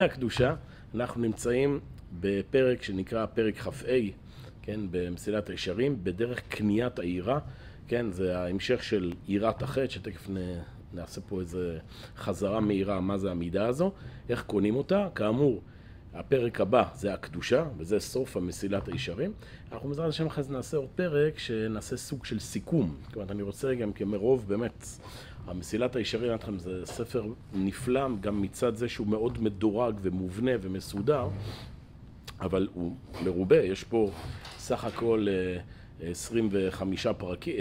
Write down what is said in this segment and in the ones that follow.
הקדושה, אנחנו נמצאים בפרק שנקרא פרק כ"ה, כן, במסילת הישרים, בדרך קניית העירה, כן, זה ההמשך של עירת החטא, שתכף נעשה פה איזה חזרה מהירה, מה זה המידה הזו, איך קונים אותה. כאמור, הפרק הבא זה הקדושה, וזה סוף המסילת הישרים. אנחנו בעזרת השם אחרי זה נעשה עוד פרק שנעשה סוג של סיכום. כלומר, אני רוצה גם כמרוב, באמת, המסילת הישרים, זה ספר נפלא, גם מצד זה שהוא מאוד מדורג ומובנה ומסודר, אבל הוא מרובה, יש פה סך הכל 25 פרקים,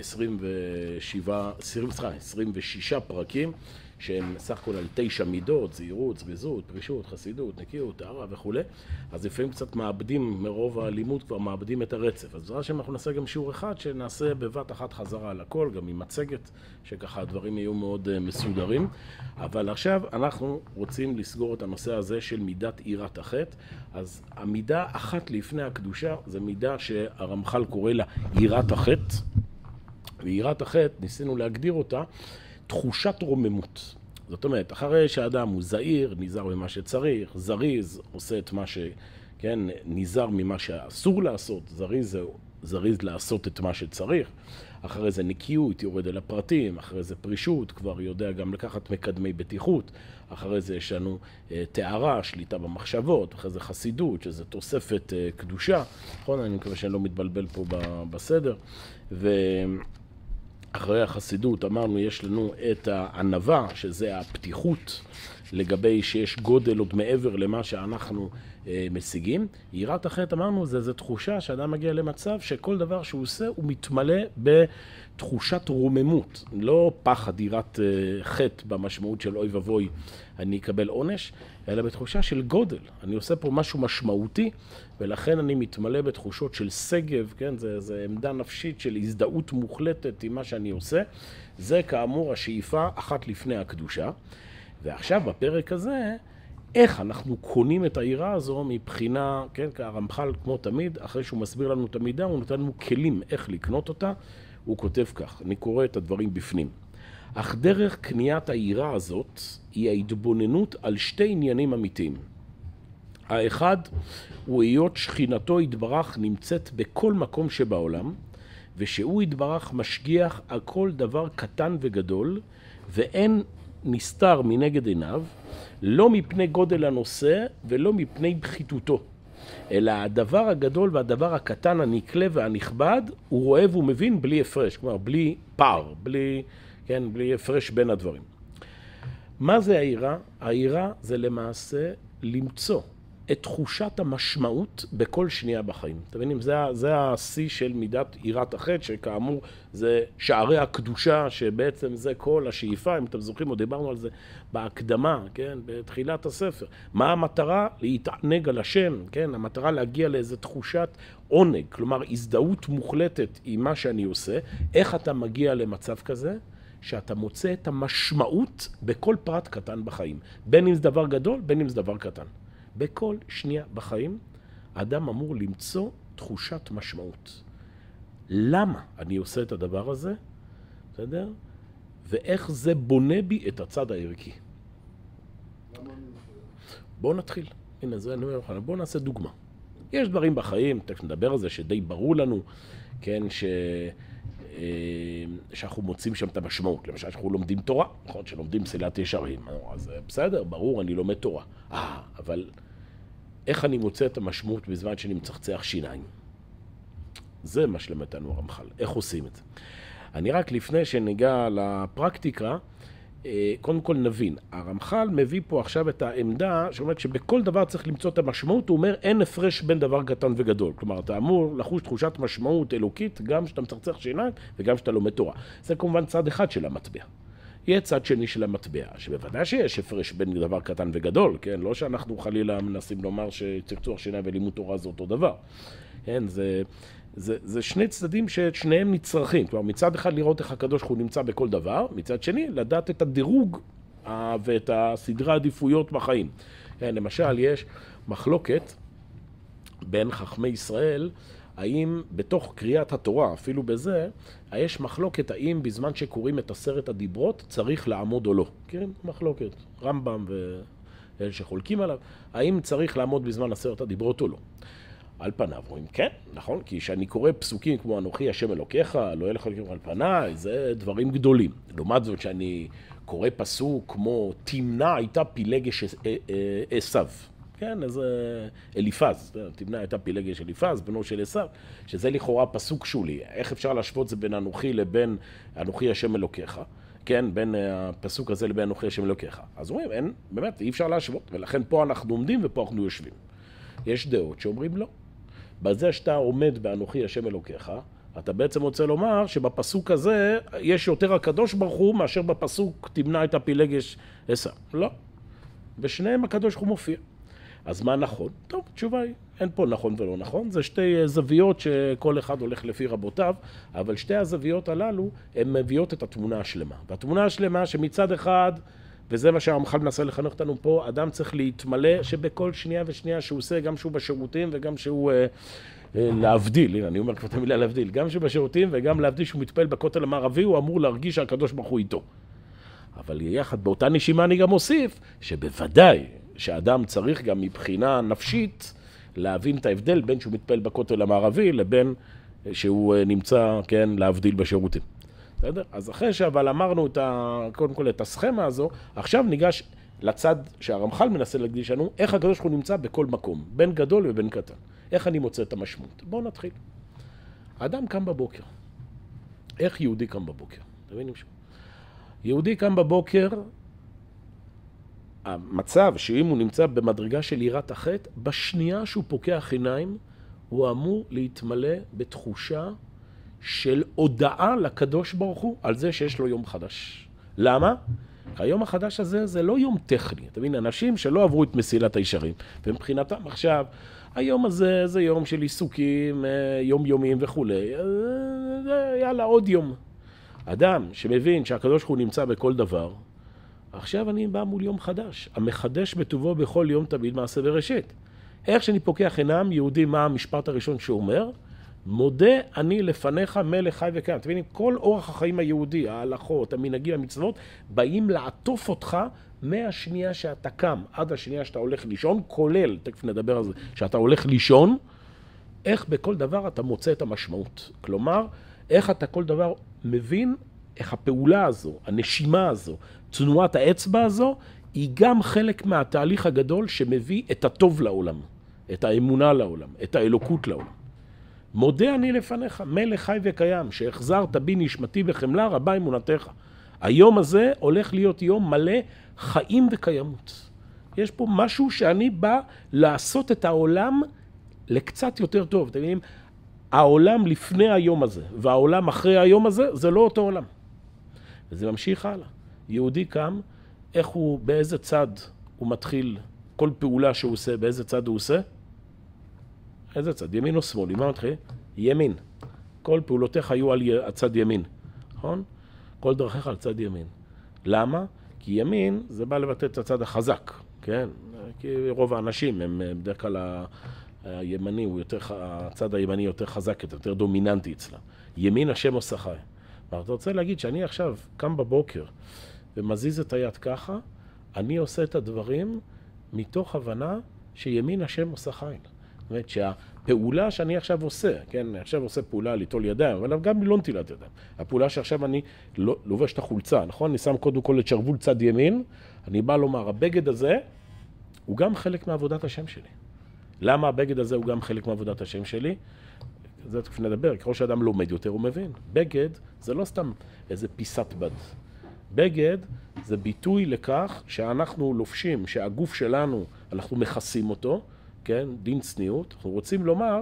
26 פרקים, שהם סך הכל על 9 מידות, זהירות, זריזות, פרישות, חסידות, נקיות, טהרה וכו'. אז לפעמים קצת מאבדים, מרוב הלימוד כבר מאבדים את הרצף. אז בעזרת השם אנחנו נעשה גם שיעור אחד שנעשה בבת אחת חזרה על הכל, גם עם מצגת, שככה הדברים יהיו מאוד מסודרים. אבל עכשיו אנחנו רוצים לסגור את הנושא הזה של מידת עירת החטא. אז המידה אחת לפני הקדושה זה מידה שהרמח"ל קורא לה עירת החטא. ועירת החטא, ניסינו להגדיר אותה, תחושת רוממות. זאת אומרת, אחרי שהאדם הוא זהיר, נזהר ממה שצריך, זריז, עושה את מה כן, נזהר ממה שאסור לעשות, זריז לעשות את מה שצריך. אחרי זה נקיות, יורד אל הפרטים, אחרי זה פרישות, כבר יודע גם לקחת מקדמי בטיחות. אחרי זה יש לנו טהרה, שליטה במחשבות, אחרי זה חסידות, שזה תוספת קדושה. נכון, אני מקווה שאני לא מתבלבל פה בסדר. אחרי החסידות אמרנו יש לנו את הענווה, שזה הפתיחות לגבי שיש גודל עוד מעבר למה שאנחנו משיגים. יראת החטא אמרנו זה תחושה שאדם מגיע למצב שכל דבר שהוא עושה הוא מתמלא בתחושת רוממות, לא פחד יראת חטא במשמעות של אוי ובוי אני אקבל עונש, אלא בתחושה של גודל. אני עושה פה משהו משמעותי ולכן אני מתמלא בתחושות של סגב, כן? זה עמדה נפשית של הזדהות מוחלטת עם מה שאני עושה. זה כאמור השאיפה אחת לפני הקדושה. ועכשיו בפרק הזה, איך אנחנו קונים את העירה הזו מבחינה, כן, הרמח"ל כמו תמיד, אחרי שהוא מסביר לנו את המידה, הוא נותן לנו כלים איך לקנות אותה. הוא כותב כך, אני קורא את הדברים בפנים. אך דרך קניית העירה הזאת היא ההתבוננות על שתי עניינים אמיתיים. האחד הוא היות שכינתו יתברך נמצאת בכל מקום שבעולם, ושהוא יתברך משגיח על כל דבר קטן וגדול, ואין נסתר מנגד עיניו, לא מפני גודל הנושא ולא מפני פחיתותו, אלא הדבר הגדול והדבר הקטן הנקלה והנכבד, הוא רואה והוא מבין בלי הפרש, כלומר בלי פער, בלי הפרש בין הדברים. מה זה העירה? העירה זה למעשה למצוא את תחושת המשמעות בכל שנייה בחיים. אתם מבינים? זה השיא של מידת עירת החטא, שכאמור זה שערי הקדושה, שבעצם זה כל השאיפה. אם אתם זוכרים, עוד דיברנו על זה בהקדמה, כן? בתחילת הספר. מה המטרה? להתענג על השם, כן? המטרה להגיע לאיזו תחושת עונג, כלומר הזדהות מוחלטת עם מה שאני עושה. איך אתה מגיע למצב כזה? שאתה מוצא את המשמעות בכל פרט קטן בחיים. בין אם זה דבר גדול, בין אם זה דבר קטן. בכל שנייה בחיים, האדם אמור למצוא תחושת משמעות. למה אני עושה את הדבר הזה? בסדר? ואיך זה בונה בי את הצד הערכי. בואו נתחיל. הנה, זה אני אומר לך, בואו נעשה דוגמה. יש דברים בחיים, תכף נדבר על זה, שדי ברור לנו, כן, שאנחנו מוצאים שם את המשמעות. למשל, שאנחנו לומדים תורה, נכון? שלומדים מסילת ישרים. אז בסדר, ברור, אני לומד תורה. אבל איך אני מוצא את המשמעות בזמן שאני מצחצח שיניים? זה מה שלמדנו הרמח"ל. איך עושים את זה? אני רק לפני שניגע לפרקטיקה, קודם כל נבין. הרמח"ל מביא פה עכשיו את העמדה שאומרת שבכל דבר צריך למצוא את המשמעות. הוא אומר, אין הפרש בין דבר קטן וגדול. כלומר, אתה אמור לחוש תחושת משמעות אלוקית גם שאתה מצחצח שיניים וגם שאתה לומד תורה. זה כמובן צד אחד של המטבע. יהיה צד שני של המטבע, שבוודאי שיש הפרש בין דבר קטן וגדול, כן? לא שאנחנו חלילה מנסים לומר שצחצוח שיניים ולימוד תורה זה אותו דבר. כן? זה שני צדדים ששניהם נצרכים. כלומר, מצד אחד לראות איך הקדוש הוא נמצא בכל דבר, מצד שני לדעת את הדירוג ואת הסדרי העדיפויות בחיים. כן? למשל, יש מחלוקת בין חכמי ישראל, האם בתוך קריאת התורה, אפילו בזה, יש מחלוקת האם בזמן שקוראים את 10 הדיברות צריך לעמוד או לא. כן? מחלוקת. רמב"ם אלה שחולקים עליו, האם צריך לעמוד בזמן 10 הדיברות או לא. על פניו, רואים, כן, נכון, כי כשאני קורא פסוקים כמו אנוכי השם אלוקיך, לא יהיה לך אלוקים על פניי, זה דברים גדולים. לעומת זאת שאני קורא פסוק כמו תמנע הייתה פילגש עשיו, כן, איזה אליפז, תמנע הייתה פילגש אליפז, בנו של עשיו, שזה לכאורה פסוק שולי. איך אפשר להשוות זה בין אנוכי לבין אנוכי השם אלוקיך? כן, בין הפסוק הזה לבין אנוכי השם אלוקיך. אז רואים, אין, באמת, אי אפשר להשוות, ולכן פה אנחנו עומדים ופה אנחנו יושבים. יש דעות שאומרים לא. בזה שאתה עומד באנוכי השם אלוקיך, אתה בעצם רוצה לומר שבפסוק הזה יש יותר הקדוש ברוך הוא מאשר בפסוק תמנע את הפילגש עשיו. לא. בשניהם הקדוש ברוך הוא מופיע. אז מה נכון? טוב, תשובה היא, אין פה נכון ולא נכון. זה שתי זוויות שכל אחד הולך לפי רבותיו, אבל שתי הזוויות הללו הן מביאות את התמונה השלמה. והתמונה השלמה שמצד אחד, וזה מה שהרמח"ל מנסה לחנך אותנו פה, אדם צריך להתמלא שבכל שנייה ושנייה שהוא עושה, גם שהוא בשירותים וגם שהוא להבדיל, הנה אני אומר כבר את המילה להבדיל, גם שהוא בשירותים וגם להבדיל שהוא מתפעל בכותל המערבי, הוא אמור להרגיש שהקדוש ברוך הוא איתו. אבל יחד באותה נשימה אני גם אוסיף שבוודאי שאדם צריך גם מבחינה נפשית להבין את ההבדל בין שהוא מתפעל בכותל המערבי לבין שהוא נמצא, כן, להבדיל בשירותים. בסדר? אז אחרי אבל אמרנו קודם כל את הסכמה הזו, עכשיו ניגש לצד שהרמח"ל מנסה להקדיש לנו, איך הקדוש ברוך הוא נמצא בכל מקום, בין גדול ובין קטן. איך אני מוצא את המשמעות? בואו נתחיל. האדם קם בבוקר. איך יהודי קם בבוקר? אתם מבינים שם? יהודי קם בבוקר, המצב שאם הוא נמצא במדרגה של יראת החטא, בשנייה שהוא פוקח עיניים, הוא אמור להתמלא בתחושה של הודעה לקדוש ברוך הוא על זה שיש לו יום חדש. למה? היום החדש הזה זה לא יום טכני. אתה מבין, אנשים שלא עברו את מסילת הישרים, ומבחינתם עכשיו, היום הזה זה יום של עיסוקים, יומיומיים וכו'. יאללה, עוד יום. אדם שמבין שהקדוש ברוך הוא נמצא בכל דבר, עכשיו אני בא מול יום חדש. המחדש בטובו בכל יום תמיד מעשה בראשית. איך שאני פוקח עיניים, יהודי, מה המשפט הראשון שהוא אומר? מודה אני לפניך מלך חי וקיים. אתם מבינים, כל אורח החיים היהודי, ההלכות, המנהגים, המצוות, באים לעטוף אותך מהשנייה שאתה קם עד השנייה שאתה הולך לישון, כולל, תכף נדבר על זה, שאתה הולך לישון, איך בכל דבר אתה מוצא את המשמעות. כלומר, איך אתה כל דבר מבין, איך הפעולה הזו, הנשימה הזו, תנועת האצבע הזו, היא גם חלק מהתהליך הגדול שמביא את הטוב לעולם, את האמונה לעולם, את האלוקות לעולם. מודה אני לפניך, מלך חי וקיים, שהחזרת בי נשמתי בחמלה רבה אמונתך. היום הזה הולך להיות יום מלא חיים וקיימות. יש פה משהו שאני בא לעשות את העולם לקצת יותר טוב. אתם יודעים, העולם לפני היום הזה והעולם אחרי היום הזה, זה לא אותו עולם. וזה ממשיך הלאה. יהודי קם, איך הוא, באיזה צד הוא מתחיל, כל פעולה שהוא עושה, באיזה צד הוא עושה? איזה צד? ימין או שמאל? מה מתחיל? ימין. כל פעולותיך היו על הצד ימין, נכון? כל דרכיך על צד ימין. למה? כי ימין זה בא לבטא את הצד החזק, כן? כי רוב האנשים הם בדרך כלל הימני, הצד הימני יותר חזק, יותר דומיננטי אצלה. ימין השם עושה חי. ואתה רוצה להגיד שאני עכשיו קם בבוקר ומזיז את היד ככה, אני עושה את הדברים מתוך הבנה שימין השם עושה חי. זאת אומרת שהפעולה שאני עכשיו עושה, כן, אני עכשיו עושה פעולה ליטול ידיים, אבל גם לא נטילת ידיים. הפעולה שעכשיו אני לובש את החולצה, נכון? אני שם קודם כל את שרוול צד ימין, אני בא לומר, הבגד הזה הוא גם חלק מעבודת השם שלי. למה הבגד הזה הוא גם חלק מעבודת השם שלי? זה תכף נדבר, ככל שאדם לומד יותר הוא מבין. בגד זה לא סתם איזה פיסת בד. בגד זה ביטוי לכך שאנחנו לובשים, שהגוף שלנו, אנחנו מכסים אותו, כן, דין צניעות. אנחנו רוצים לומר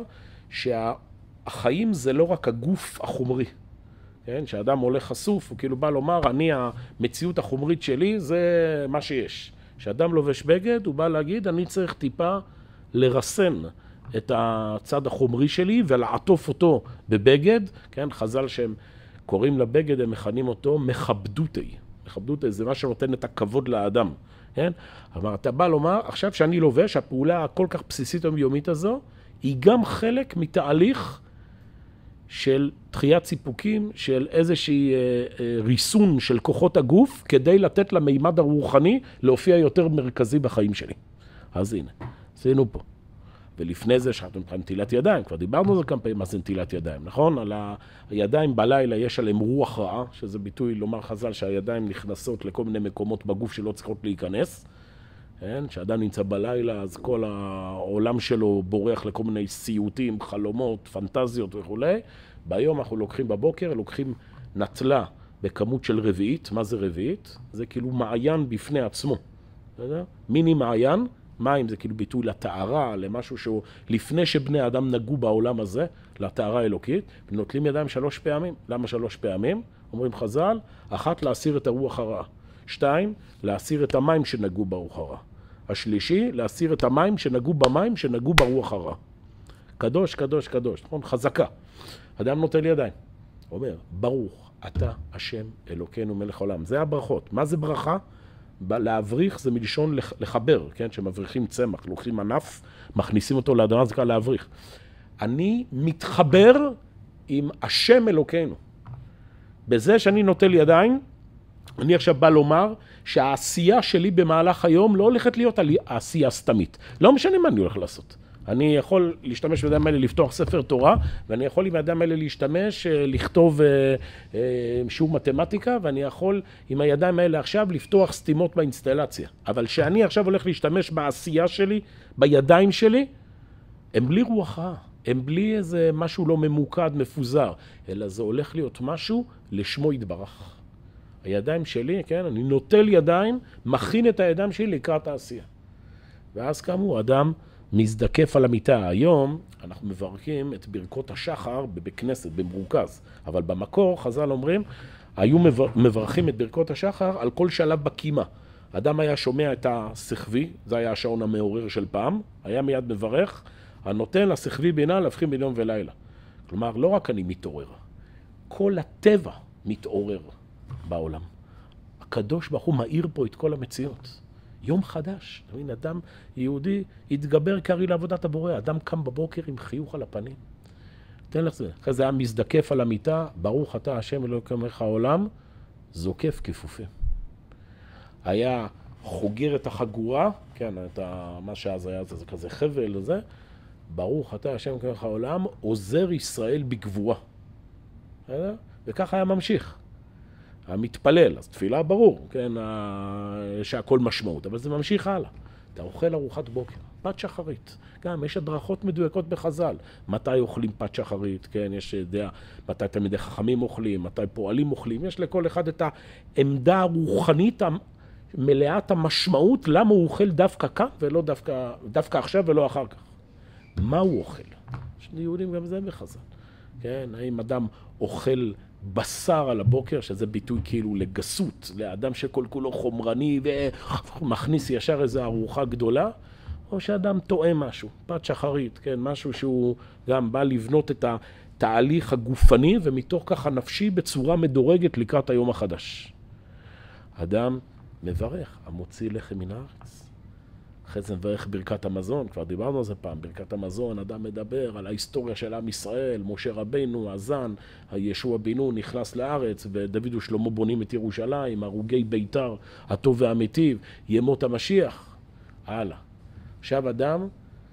שהחיים זה לא רק הגוף החומרי. כן, שאדם הולך חשוף, הוא כאילו בא לומר, המציאות החומרית שלי זה מה שיש. שאדם לובש בגד, הוא בא להגיד, אני צריך טיפה לרסן את הצד החומרי שלי ולעטוף אותו בבגד, כן, חז"ל שהם קוראים לבגד, הם מכנים אותו מכבדותי. מכבדותי זה מה שנותן את הכבוד לאדם, כן? אבל אתה בא לומר, עכשיו שאני לובש, הפעולה הכל כך בסיסית היומית הזו, היא גם חלק מתהליך של דחיית סיפוקים, של איזושהי ריסון של כוחות הגוף, כדי לתת למימד הרוחני להופיע יותר מרכזי בחיים שלי. אז הנה, עשינו פה. ולפני זה שחרתם לך נטילת ידיים, כבר דיברנו על זה כמה פעמים, מה זה נטילת ידיים, נכון? על הידיים בלילה יש עליהם רוח רעה, שזה ביטוי לומר חז"ל שהידיים נכנסות לכל מיני מקומות בגוף שלא צריכות להיכנס, כן? כשאדם נמצא בלילה, אז כל העולם שלו בורח לכל מיני סיוטים, חלומות, פנטזיות וכו'. ביום אנחנו לוקחים בבוקר, לוקחים נטלה בכמות של רביעית. מה זה רביעית? זה כאילו מעיין בפני עצמו. מיני מעיין, מים זה כאילו ביטוי לטהרה, למשהו שהוא לפני שבני האדם נגעו בעולם הזה, לטהרה האלוקית, ונוטלים ידיים 3 פעמים. למה 3 פעמים? אומרים חז"ל, 1, להסיר את הרוח הרעה. 2, להסיר את המים שנגעו ברוח הרע. השלישי, להסיר את המים שנגעו במים שנגעו ברוח הרע. קדוש, קדוש, קדוש. נכון? חזקה. אדם נוטל ידיים. אומר, ברוך אתה השם אלוקינו מלך העולם. זה הברכות. מה זה ברכה? להבריך זה מלשון לחבר, כן? שמבריחים צמח, לוקחים ענף, מכניסים אותו לאדמה, זה קרה להבריך. אני מתחבר עם השם אלוקינו. בזה שאני נוטל ידיים, אני עכשיו בא לומר שהעשייה שלי במהלך היום לא הולכת להיות העשייה סתמית. לא משנה מה אני הולך לעשות. אני יכול להשתמש בידיים האלה לפתוח ספר תורה, ואני יכול עם הידיים האלה להשתמש, לכתוב שיעור מתמטיקה, ואני יכול עם הידיים האלה עכשיו לפתוח סתימות באינסטלציה. אבל שאני עכשיו הולך להשתמש בעשייה שלי, בידיים שלי, הם בלי רוח רעה. הם בלי איזה משהו לא ממוקד, מפוזר, אלא זה הולך להיות משהו לשמו יתברך. הידיים שלי, כן, אני נוטל ידיים, מכין את הידיים שלי לקראת העשייה. ואז כאמור, אדם מזדקף על המיטה. היום אנחנו מברכים את ברכות השחר בכנסת, במרוכז. אבל במקור, חז"ל אומרים, היו מברכים את ברכות השחר על כל שלב בקימה. אדם היה שומע את השכבי, זה היה השעון המעורר של פעם, היה מיד מברך, הנותן לשכבי בינה להבחין בין יום ולילה. כלומר, לא רק אני מתעורר, כל הטבע מתעורר בעולם. הקדוש ברוך הוא מאיר פה את כל המציאות. יום חדש. תבין, אדם יהודי יתגבר קרי לעבודת הבורא. אדם קם בבוקר עם חיוך על הפנים. תן לך זה. אחרי זה היה מזדקף על המיטה, ברוך אתה השם אלוקי מלך העולם, זוקף כפופים. היה חוגר את החגורה, כן, מה שאז היה זה כזה חבל וזה, ברוך אתה השם אלוקי מלך העולם, עוזר ישראל בגבורה. וככה היה ממשיך. המתפלל, אז תפילה ברור, כן, שהכל משמעות, אבל זה ממשיך הלאה. אתה אוכל ארוחת בוקר, פת שחרית. גם יש הדרכות מדויקות בחז"ל. מתי אוכלים פת שחרית, כן, יש דעה, מתי תלמידי חכמים אוכלים, מתי פועלים אוכלים. יש לכל אחד את העמדה הרוחנית מלאת המשמעות, למה הוא אוכל דווקא כאן ולא דווקא עכשיו ולא אחר כך. מה הוא אוכל? יש יהודים גם זה בחז"ל. כן, האם אדם אוכל בשר על הבוקר, שזה ביטוי כאילו לגסות, לאדם שכל כולו חומרני ומכניס ישר איזו ארוחה גדולה, או שאדם טועה משהו, פת שחרית, כן, משהו שהוא גם בא לבנות את התהליך הגופני ומתוך כך הנפשי בצורה מדורגת לקראת היום החדש. אדם מברך, המוציא לחם מן הארץ. אחרי זה מברך ברכת המזון, כבר דיברנו על זה פעם, ברכת המזון, אדם מדבר על ההיסטוריה של עם ישראל, משה רבינו, הזן, ישוע בן נון נכנס לארץ, ודוד ושלמה בונים את ירושלים, הרוגי ביתר, הטוב והמיטיב, ימות המשיח. הלאה. עכשיו אדם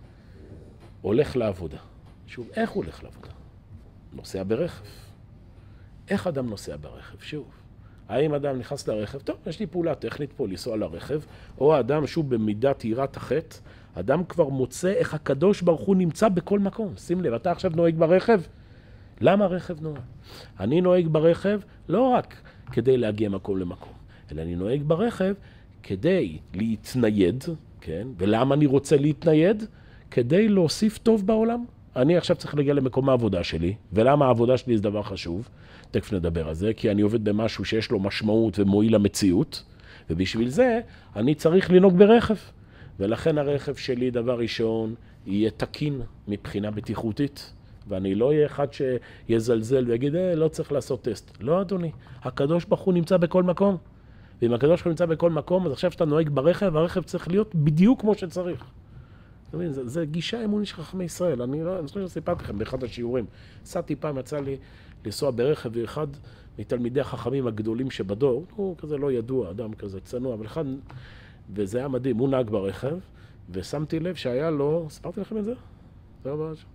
הולך לעבודה. שוב, איך הוא הולך לעבודה? נוסע ברכב. איך אדם נוסע ברכב? שוב. האם אדם נכנס לרכב? טוב, יש לי פעולה טכנית פה לנסוע לרכב, או האדם שוב במידת יראת החטא, אדם כבר מוצא איך הקדוש ברוך הוא נמצא בכל מקום. שים לב, אתה עכשיו נוהג ברכב? למה רכב נוהג? אני נוהג ברכב לא רק כדי להגיע מקום למקום, אלא אני נוהג ברכב כדי להתנייד, כן? ולמה אני רוצה להתנייד? כדי להוסיף טוב בעולם. אני עכשיו צריך להגיע למקום העבודה שלי, ולמה העבודה שלי זה דבר חשוב? תכף נדבר על זה, כי אני עובד במשהו שיש לו משמעות ומועיל למציאות, ובשביל זה אני צריך לנהוג ברכב. ולכן הרכב שלי, דבר ראשון, יהיה תקין מבחינה בטיחותית, ואני לא אהיה אחד שיזלזל ויגיד, לא צריך לעשות טסט. לא, אדוני, הקדוש ברוך הוא נמצא בכל מקום. ואם הקדוש ברוך הוא נמצא בכל מקום, אז עכשיו שאתה נוהג ברכב, הרכב צריך להיות בדיוק כמו שצריך. אתה מבין, זה גישה אמונית של חכמי ישראל. אני חושב שסיפרתי לכם באחד השיעורים. נסעתי פעם, יצא לי לנסוע ברכב, ואחד מתלמידי החכמים הגדולים שבדור, הוא כזה לא ידוע, אדם כזה צנוע, אבל אחד, וזה היה מדהים, הוא נהג ברכב, ושמתי לב שהיה לו, סיפרתי לכם את זה? זה לא ממש.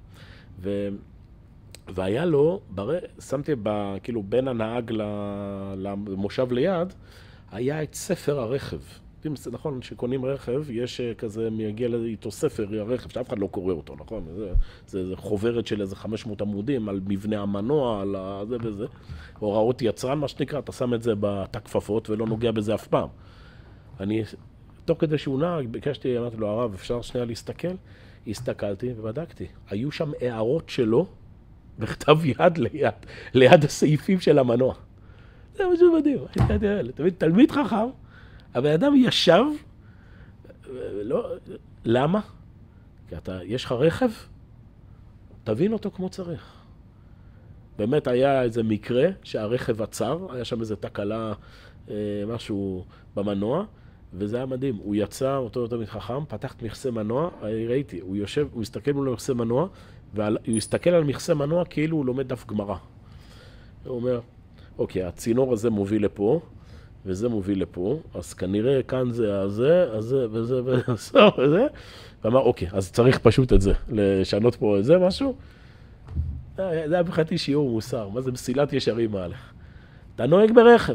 והיה לו, שמתי כאילו בין הנהג למושב ליד, היה את ספר הרכב. נכון, שקונים רכב, יש כזה, מגיע איתו ספר הרכב, שאף אחד לא קורא אותו, נכון? זה חוברת של איזה 500 עמודים על מבנה המנוע, על זה וזה. הוראות יצרן, מה שנקרא, אתה שם את זה בתא כפפות ולא נוגע בזה אף פעם. אני, תוך כדי שהוא נהג, ביקשתי, אמרתי לו, הרב, אפשר שנייה להסתכל? הסתכלתי ובדקתי. היו שם הערות שלו, בכתב יד ליד הסעיפים של המנוע. זה משהו מדהים. תלמיד חכם, הבן אדם ישב, למה? כי יש לך רכב, תבין אותו כמו צריך. באמת היה איזה מקרה שהרכב עצר, היה שם איזה תקלה, משהו במנוע, וזה היה מדהים. הוא יצא, אותו תלמיד חכם, פתח את מכסה מנוע, ראיתי, הוא יושב, הוא הסתכל מול מכסה מנוע, והוא הסתכל על מכסה מנוע כאילו הוא לומד דף גמרא. הוא אומר, אוקיי, הצינור הזה מוביל לפה, וזה מוביל לפה, אז כנראה כאן זה הזה, וזה, וזה, ואמר, אוקיי, אז צריך פשוט את זה, לשנות פה את זה משהו. זה היה בחצי שיעור מוסר, מה זה מסילת ישרים מעלה. אתה נוהג ברכב.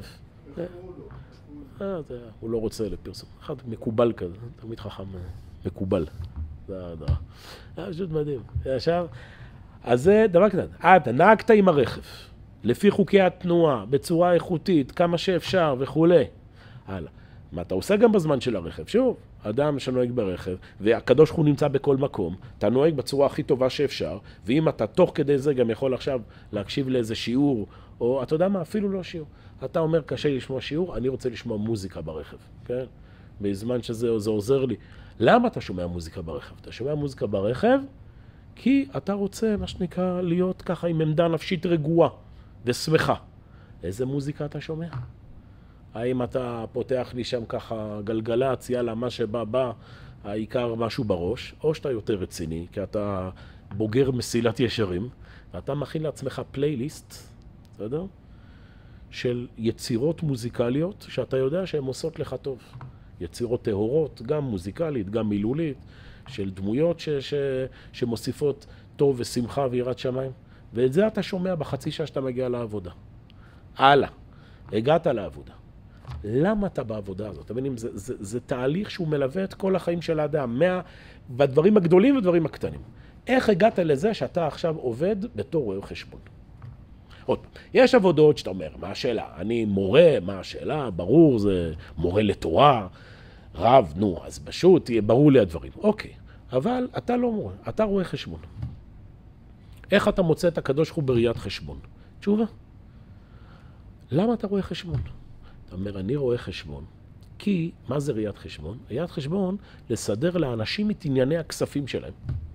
הוא לא רוצה לפרסום. אחד מקובל כזה, תמיד חכם מקובל. זה פשוט מדהים. ישר. אז זה דבר קטן. אתה נהגת עם הרכב. לפי חוקי התנועה, בצורה איכותית, כמה שאפשר וכו'. הלאה. מה אתה עושה גם בזמן של הרכב? שוב, אדם שנוהג ברכב, והקדוש הוא נמצא בכל מקום, אתה נוהג בצורה הכי טובה שאפשר, ואם אתה תוך כדי זה גם יכול עכשיו להקשיב לאיזה שיעור, או אתה יודע מה, אפילו לא שיעור. אתה אומר, קשה לשמוע שיעור, אני רוצה לשמוע מוזיקה ברכב, כן? בזמן שזה עוזר לי. למה אתה שומע מוזיקה ברכב? אתה שומע מוזיקה ברכב כי אתה רוצה, מה שנקרא, להיות ככה עם עמדה נפשית רגועה ושמחה. איזה מוזיקה אתה שומע? האם אתה פותח לי שם ככה גלגלצ, יאללה, מה שבא, העיקר משהו בראש, או שאתה יותר רציני, כי אתה בוגר מסילת ישרים, ואתה מכין לעצמך פלייליסט, בסדר? של יצירות מוזיקליות, שאתה יודע שהן עושות לך טוב. יצירות טהורות, גם מוזיקלית, גם מילולית, של דמויות שמוסיפות טוב ושמחה ויראת שמיים. ואת זה אתה שומע בחצי שעה שאתה מגיע לעבודה. הלאה, הגעת לעבודה. למה אתה בעבודה הזאת? אתם מבינים, זה תהליך שהוא מלווה את כל החיים של האדם, בדברים הגדולים ודברים הקטנים. איך הגעת לזה שאתה עכשיו עובד בתור רואה חשבון? עוד, יש עבודות שאתה אומר, מה השאלה? אני מורה, מה השאלה? ברור, זה מורה לתורה, רב, נו, אז פשוט יהיה ברור לי הדברים. אוקיי, אבל אתה לא מורה, אתה רואה חשבון. איך אתה מוצא את הקדוש ברוך הוא בראיית חשבון? תשובה. למה אתה רואה חשבון? אתה אומר, אני רואה חשבון, כי, מה זה ראיית חשבון? ראיית חשבון, לסדר לאנשים את ענייני הכספים שלהם.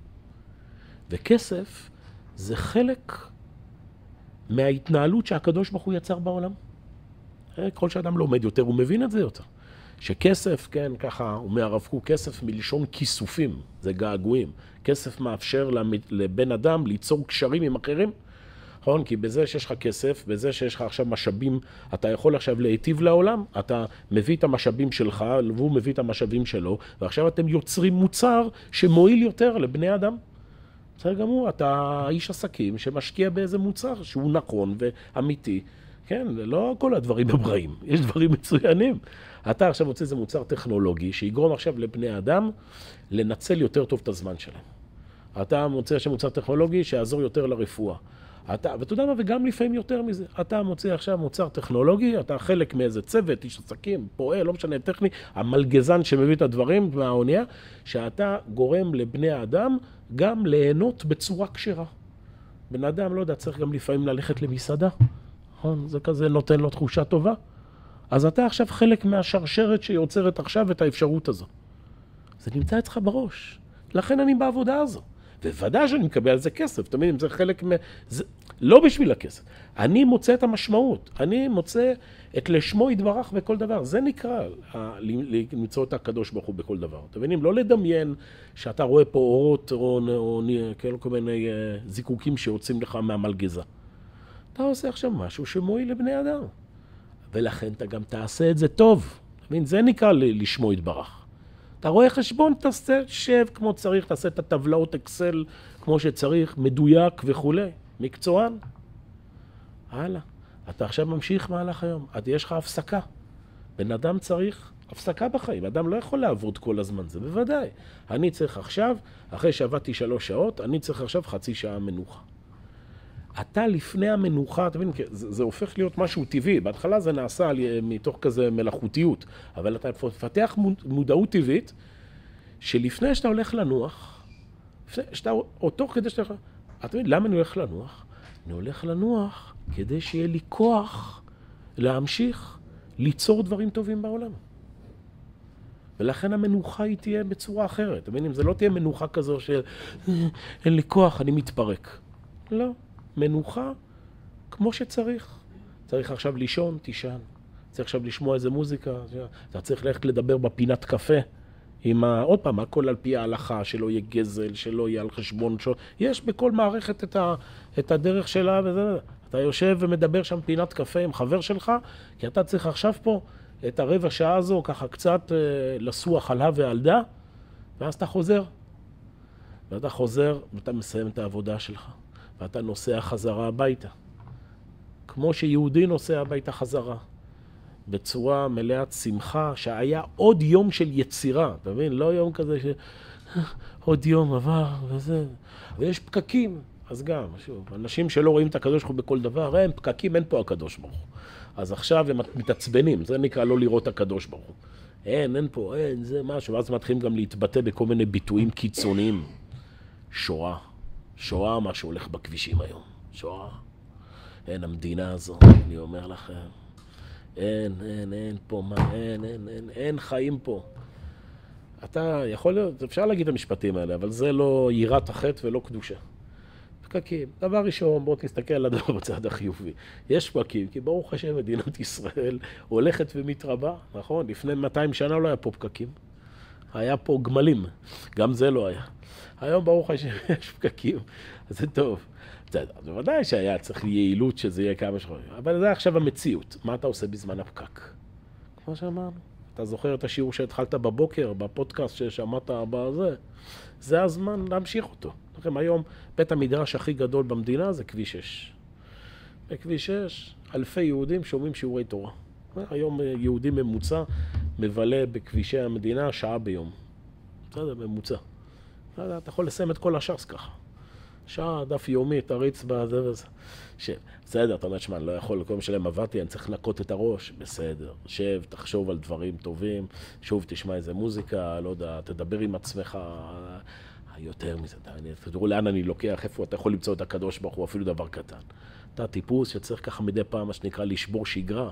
וכסף זה חלק מההתנהלות שהקדוש ברוך הוא יצר בעולם. כל שאדם לומד יותר, הוא מבין את זה יותר. שכסף, כן, ככה, הוא מערב קוק, כסף מלשון כיסופים, זה געגועים. כסף מאפשר לבן אדם ליצור קשרים עם אחרים, נכון? כי בזה שיש לך כסף, בזה שיש לך עכשיו משאבים, אתה יכול עכשיו להיטיב לעולם, אתה מביא את המשאבים שלך, והוא מביא את המשאבים שלו, ועכשיו אתם יוצרים מוצר שמועיל יותר לבני אדם. בסדר גמור, אתה איש עסקים שמשקיע באיזה מוצר שהוא נכון ואמיתי. כן, לא כל הדברים הבראים, יש דברים מצוינים. אתה עכשיו מוצא איזה מוצר טכנולוגי שיגרום עכשיו לבני אדם לנצל יותר טוב את הזמן שלהם. אתה מוצא עכשיו מוצר טכנולוגי שיעזור יותר לרפואה. ואתה יודע מה, וגם לפעמים יותר מזה. אתה מוצא עכשיו מוצר טכנולוגי, אתה חלק מאיזה צוות, איש עסקים, פועל, לא משנה, טכני, המלגזן שמביא את הדברים מהאונייה, שאתה גורם לבני האדם גם ליהנות בצורה כשרה. בן אדם, לא יודע, צריך גם לפעמים ללכת למסעדה. נכון? זה כזה נותן לו תחושה טובה. אז אתה עכשיו חלק מהשרשרת שיוצרת עכשיו את האפשרות הזו. זה נמצא אצלך בראש. לכן אני בעבודה הזו. וודאי שאני מקבל על זה כסף, אתה מבין, זה חלק זה לא בשביל הכסף. אני מוצא את המשמעות, אני מוצא את לשמו יתברך בכל דבר. זה נקרא למצוא את הקדוש ברוך הוא בכל דבר. אתה מבינים? לא לדמיין שאתה רואה פה אורות או כל מיני זיקוקים שיוצאים לך מהמלגזה. אתה עושה עכשיו משהו שמועיל לבני אדם. ולכן אתה גם תעשה את זה טוב. אתה מבין? זה נקרא לשמו יתברך. אתה רואה חשבון, תשב כמו צריך, תעשה את הטבלאות אקסל כמו שצריך, מדויק וכו'. מקצוען. הלאה. אתה עכשיו ממשיך מהלך היום. יש לך הפסקה. בן אדם צריך הפסקה בחיים. אדם לא יכול לעבוד כל הזמן, זה בוודאי. אני צריך עכשיו, אחרי שעבדתי 3 שעות, אני צריך עכשיו חצי שעה מנוחה. אתה לפני המנוחה, אתה מבין, זה הופך להיות משהו טבעי. בהתחלה זה נעשה מתוך כזה מלאכותיות, אבל אתה מפתח מודעות טבעית, שלפני שאתה הולך לנוח, או תוך כדי שאתה... אתה מבין, למה אני הולך לנוח? אני הולך לנוח כדי שיהיה לי כוח להמשיך ליצור דברים טובים בעולם. ולכן המנוחה היא תהיה בצורה אחרת. אתה מבין, זה לא תהיה מנוחה כזו של אין לי כוח, אני מתפרק. לא. מנוחה כמו שצריך. צריך עכשיו לישון, תישן. צריך עכשיו לשמוע איזה מוזיקה. אתה צריך ללכת לדבר בפינת קפה. עוד פעם, הכל על פי ההלכה, שלא יהיה גזל, שלא יהיה על חשבון. יש בכל מערכת את הדרך שלה וזה. אתה יושב ומדבר שם פינת קפה עם חבר שלך, כי אתה צריך עכשיו פה את הרבע שעה הזו, ככה קצת לסוח עלה ועלדה, ואז אתה חוזר. ואתה חוזר ואתה מסיים את העבודה שלך. ואתה נוסע חזרה הביתה. כמו שיהודי נוסע הביתה חזרה. בצורה מלאת שמחה, שהיה עוד יום של יצירה. אתה מבין? לא יום כזה עוד יום עבר וזה. ויש פקקים. אז גם, שוב, אנשים שלא רואים את הקדוש ברוך הוא בכל דבר, הם פקקים, אין פה הקדוש ברוך הוא. אז עכשיו הם מתעצבנים. זה נקרא לא לראות הקדוש ברוך הוא. אין פה, אין, זה משהו. ואז מתחילים גם להתבטא בכל מיני ביטויים קיצוניים. שואה. שואה מה שהולך בכבישים היום. שואה. אין, המדינה הזו, אני אומר לכם. אין פה מה, אין חיים פה. אתה יכול להיות, אפשר להגיד את המשפטים האלה, אבל זה לא יראת החטא ולא קדושה. פקקים. דבר ראשון, בואו תסתכל על הדבר בצד החיובי. יש פקקים, כי ברוך השם מדינת ישראל הולכת ומתרבה, נכון? לפני 200 שנה לא היה פה פקקים. היה פה גמלים. גם זה לא היה. היום ברוך השם יש פקקים, אז זה טוב. אז בוודאי שהיה צריך יעילות שזה יהיה כמה שחורים. אבל זה עכשיו המציאות. מה אתה עושה בזמן הפקק? כמו שאמרנו. אתה זוכר את השיעור שהתחלת בבוקר, בפודקאסט ששמעת בזה? זה הזמן להמשיך אותו. לכם, היום בית המדרש הכי גדול במדינה זה כביש 6. בכביש 6 אלפי יהודים שומעים שיעורי תורה. היום יהודי ממוצע מבלה בכבישי המדינה שעה ביום. זה ממוצע. אתה יכול לסיים את כל הש"ס ככה. שעה, דף יומי, תריץ בזה וזה. בסדר, אתה אומר, שמה, אני לא יכול, כל משלם עבדתי, אני צריך לנקות את הראש. בסדר, שב, תחשוב על דברים טובים, שוב, תשמע איזה מוזיקה, לא יודע, תדבר עם עצמך. יותר מזה, תראו לאן אני לוקח, איפה אתה יכול למצוא את הקדוש ברוך הוא, אפילו דבר קטן. אתה טיפוס שצריך ככה מדי פעם, מה שנקרא, לשבור שגרה.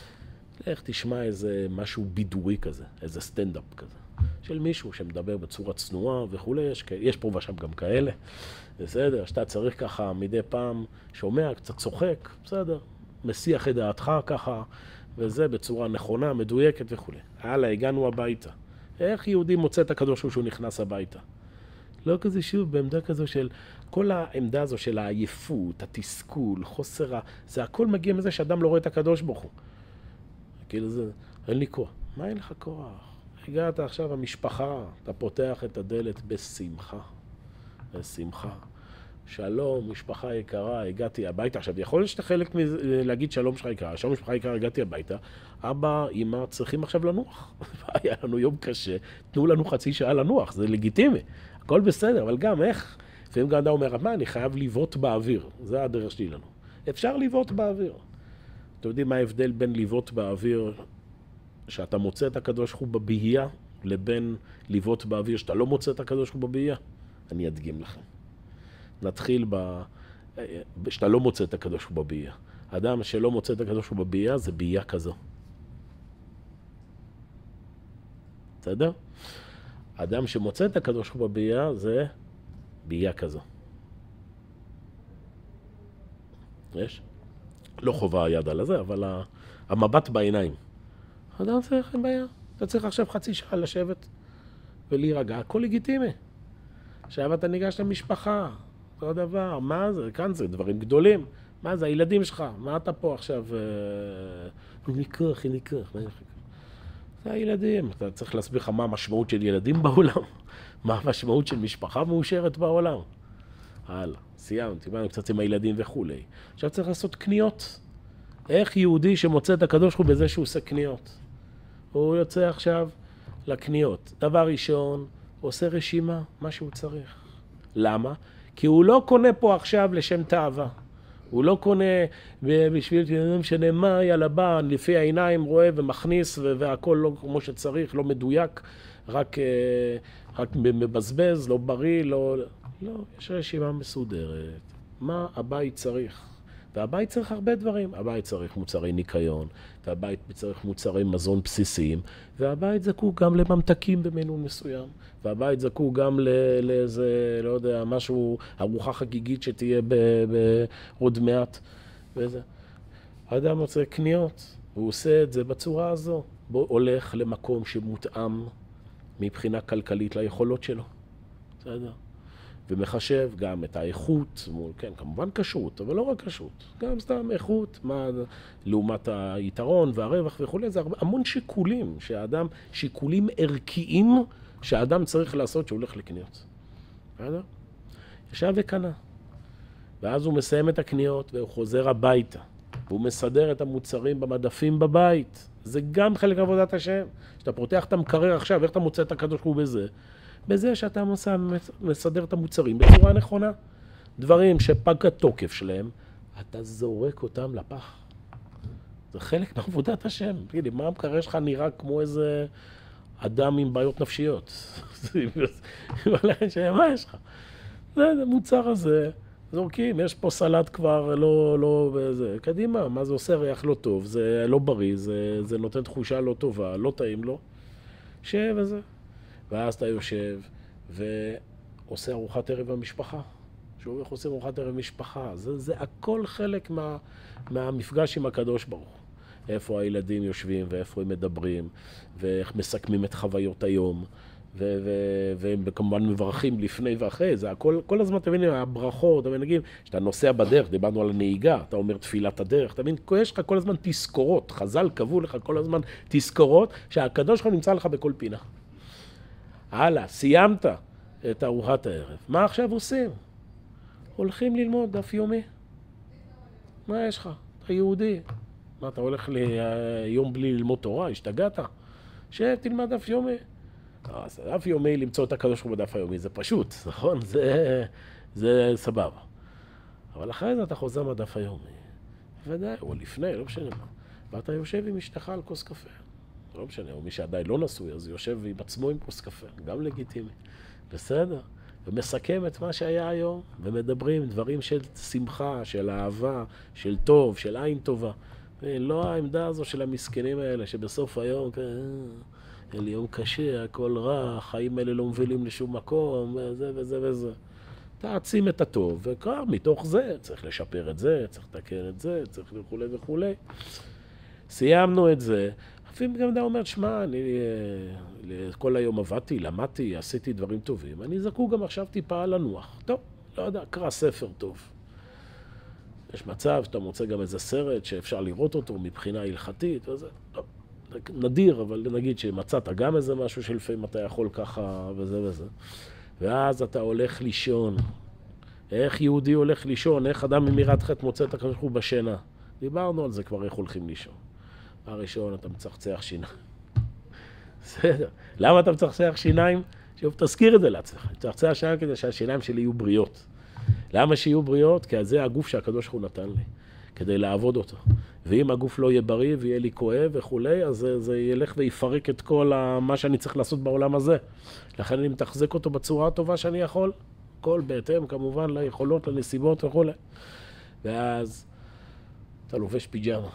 לך תשמע איזה משהו בידורי כזה, איזה סטנדאפ כזה, של מישהו שמדבר בצורה צנועה וכו', יש פה ושם גם כאלה, בסדר, שאתה צריך ככה מדי פעם, שומע, קצת צוחק, בסדר, מסיח את דעתך ככה, וזה בצורה נכונה, מדויקת וכו'. הלאה, הגענו הביתה. איך יהודי מוצא את הקדוש ברוך הוא שהוא נכנס הביתה? לא כזה שוב, בעמדה כזו של, כל העמדה הזו של העייפות, התסכול, חוסר, זה הכל מגיע מזה שאדם לא רואה את הקדוש ברוך הוא. כאילו זה, אין לי כוח. מה אין לך כוח? הגעת עכשיו המשפחה, אתה פותח את הדלת בשמחה. בשמחה. שלום, משפחה יקרה, הגעתי הביתה. עכשיו, יכול להיות שאתה חלק להגיד שלום שלך יקרה. שלום משפחה יקרה, הגעתי הביתה. אבא, אמא, צריכים עכשיו לנוח. היה לנו יום קשה, תנו לנו חצי שעה לנוח, זה לגיטימי. הכל בסדר, אבל גם איך? לפעמים גם אדם אומר, מה, אני חייב לבעוט באוויר. זה הדרך שלי לנו. אפשר לבעוט באוויר. אתם יודעים מה ההבדל בין לבעוט באוויר, שאתה מוצא את הקדוש ברוך הוא בבהייה, לבין לבעוט באוויר שאתה לא מוצא את הקדוש ברוך הוא בבהייה? אני אדגים לכם. נתחיל שאתה לא מוצא את הקדוש ברוך הוא בבהייה. אדם שלא מוצא את הקדוש ברוך הוא בבהייה, זה בהייה כזו. בסדר? אדם שמוצא את הקדוש ברוך הוא בבהייה, זה בייה כזו. יש? לא חובה היד על הזה, אבל המבט בעיניים. אדם צריך, אין בעיה. אתה צריך עכשיו חצי שעה לשבת ולהירגע, הכל לגיטימי. עכשיו אתה ניגש למשפחה, אותו דבר, מה זה? כאן זה דברים גדולים. מה זה? הילדים שלך, מה אתה פה עכשיו? ניקח. זה הילדים. אתה צריך להסביר לך מה המשמעות של ילדים בעולם, מה המשמעות של משפחה מאושרת בעולם. הלאה, סיימתי, באנו קצת עם הילדים וכולי. עכשיו צריך לעשות קניות. איך יהודי שמוצא את הקדוש ברוך הוא בזה שהוא עושה קניות? הוא יוצא עכשיו לקניות. דבר ראשון, הוא עושה רשימה, מה שהוא צריך. למה? כי הוא לא קונה פה עכשיו לשם תאווה. הוא לא קונה בשביל, לא משנה מה, יאללה בא, לפי העיניים רואה ומכניס והכל לא כמו שצריך, לא מדויק, רק מבזבז, לא בריא, לא, יש רשימה מסודרת. מה הבית צריך? והבית צריך הרבה דברים. הבית צריך מוצרי ניקיון, והבית צריך מוצרי מזון בסיסיים, והבית זקוק גם לממתקים במינון מסוים, והבית זקוק גם לאיזה, לא יודע, משהו, ארוחה חגיגית שתהיה עוד מעט, וזה. האדם רוצה קניות, והוא עושה את זה בצורה הזו. בוא הולך למקום שמותאם מבחינה כלכלית ליכולות שלו. בסדר? ומחשב גם את האיכות, כן, כמובן כשרות, אבל לא רק כשרות, גם סתם איכות, מה, לעומת היתרון והרווח וכו', זה המון שיקולים, שיקולים ערכיים שהאדם צריך לעשות שהולך לקניות. בסדר? ישב וקנה. ואז הוא מסיים את הקניות והוא חוזר הביתה. והוא מסדר את המוצרים במדפים בבית. זה גם חלק עבודת השם. כשאתה פותח את המקרר עכשיו, איך אתה מוצא את הקדוש ברוך הוא בזה? בזה שאתה מסדר את המוצרים בצורה נכונה. דברים שפג התוקף שלהם, אתה זורק אותם לפח. זה חלק מעבודת השם. תגידי, מה המקרר שלך נראה כמו איזה אדם עם בעיות נפשיות? מה יש לך? זה מוצר הזה, זורקים, יש פה סלט כבר לא, זה, קדימה, מה זה עושה ריח לא טוב, זה לא בריא, זה נותן תחושה לא טובה, לא טעים לו. שב וזה. ואז אתה יושב ועושה ארוחת ערב במשפחה. שוב איך עושים ארוחת ערב במשפחה. זה הכל חלק מהמפגש עם הקדוש ברוך הוא. איפה הילדים יושבים ואיפה הם מדברים, ואיך מסכמים את חוויות היום, והם כמובן מברכים לפני ואחרי. זה הכל, כל הזמן, אתה מבין, הברכות, אתה מבין, שאתה נוסע בדרך, דיברנו על הנהיגה, אתה אומר תפילת הדרך, אתה מבין, יש לך כל הזמן תזכורות, חז"ל קבעו לך כל הזמן תזכורות, שהקדוש ברוך הוא נמצא לך בכל פינה. הלאה, סיימת את ארוחת הערב. מה עכשיו עושים? הולכים ללמוד דף יומי. מה יש לך? אתה יהודי. מה, אתה הולך ליום בלי ללמוד תורה? השתגעת? שב, תלמד דף יומי. אז דף יומי, למצוא את הקדוש ברוך הוא בדף היומי, זה פשוט, נכון? זה סבבה. אבל אחרי זה אתה חוזר מהדף היומי. ודאי, או לפני, לא משנה מה. ואתה יושב עם אשתך על כוס קפה. לא משנה, או מי שעדיין לא נשוי, אז יושב עם עצמו עם כוס קפה, גם לגיטימי. בסדר? ומסכם את מה שהיה היום, ומדברים דברים של שמחה, של אהבה, של טוב, של עין טובה. לא העמדה הזו של המסכנים האלה, שבסוף היום, אל יום קשה, הכל רע, החיים האלה לא מובילים לשום מקום, וזה וזה וזה. תעצים את הטוב, וכבר מתוך זה צריך לשפר את זה, צריך לתקן את זה, צריך וכולי וכולי. סיימנו את זה. לפעמים גם אתה אומר, שמע, אני כל היום עבדתי, למדתי, עשיתי דברים טובים. אני זקוק גם עכשיו טיפה לנוח. טוב, לא יודע, קרא ספר טוב. יש מצב שאתה מוצא גם איזה סרט שאפשר לראות אותו מבחינה הלכתית וזה. טוב, נדיר, אבל נגיד שמצאת גם איזה משהו שלפעמים אתה יכול ככה וזה וזה. ואז אתה הולך לישון. איך יהודי הולך לישון? איך אדם ממירת חטא מוצא את הקדוש ברוך הוא בשינה? דיברנו על זה כבר, איך הולכים לישון. הראשון, אתה מצחצח שיניים. בסדר. למה אתה מצחצח שיניים? שוב, תזכיר את זה לעצמך. מצחצח שיניים כדי שהשיניים שלי יהיו בריאות. למה שיהיו בריאות? כי זה הגוף שהקדוש ברוך הוא נתן לי, כדי לעבוד אותו. ואם הגוף לא יהיה בריא ויהיה לי כואב וכולי, אז זה ילך ויפרק את כל מה שאני צריך לעשות בעולם הזה. לכן אני מתחזק אותו בצורה הטובה שאני יכול. כל בהתאם, כמובן, ליכולות, לנסיבות וכולי. ואז אתה לובש פיג'מה.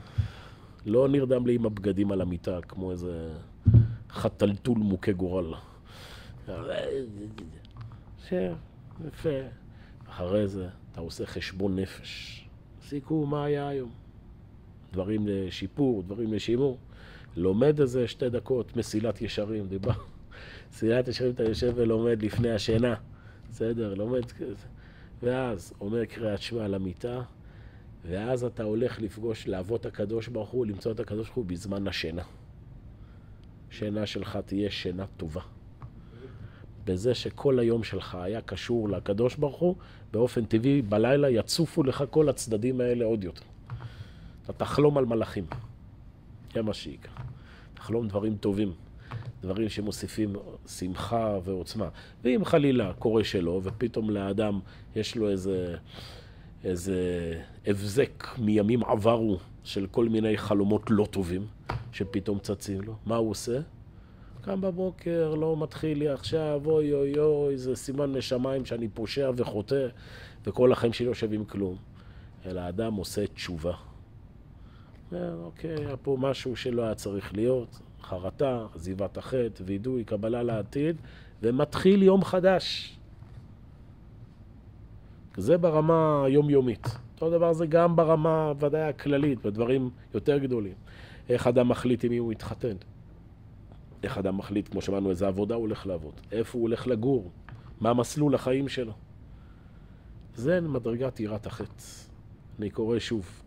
לא נרדם לי עם הבגדים על המיטה, כמו איזה חטלטול מוכה גורל. יפה. אחרי זה אתה עושה חשבון נפש. סיכום מה היה היום. דברים לשיפור, דברים לשימור. לומד איזה 2 דקות, מסילת ישרים, דיבר. מסילת ישרים אתה יושב ולומד לפני השינה. בסדר, לומד כזה. ואז אומר קריאת שמע על המיטה, ואז אתה הולך לפגוש, לעבוד הקדוש ברוך הוא, למצוא את הקדוש ברוך הוא בזמן השינה. שינה שלך תהיה שינה טובה. בזה שכל היום שלך היה קשור לקדוש ברוך הוא, באופן טבעי בלילה יצופו לך כל הצדדים האלה עוד יותר. אתה תחלום על מלאכים. זה מה שיקרה. תחלום דברים טובים. דברים שמוסיפים שמחה ועוצמה. ואם חלילה קורה שלא, ופתאום לאדם יש לו איזה הבזק מימים עברו של כל מיני חלומות לא טובים, שפתאום צצים לו, מה הוא עושה? קם בבוקר, לא מתחיל לי עכשיו, אוי אוי אוי, זה סימן משמיים שאני פושע וחוטא, וכל החיים שלי לא שווים כלום. אלא האדם עושה תשובה. אוקיי, היה פה משהו שלא היה צריך להיות, חרטה, עזיבת החטא, וידוי, קבלה לעתיד, ומתחיל יום חדש. זה ברמה היומיומית. אותו דבר זה גם ברמה ודאי הכללית, בדברים יותר גדולים. איך אדם מחליט עם מי הוא יתחתן? איך אדם מחליט, כמו שמענו, איזה עבודה הוא הולך לעבוד? איפה הוא הולך לגור? מה מסלול החיים שלו? זה מדרגת יראת החטא. אני קורא שוב.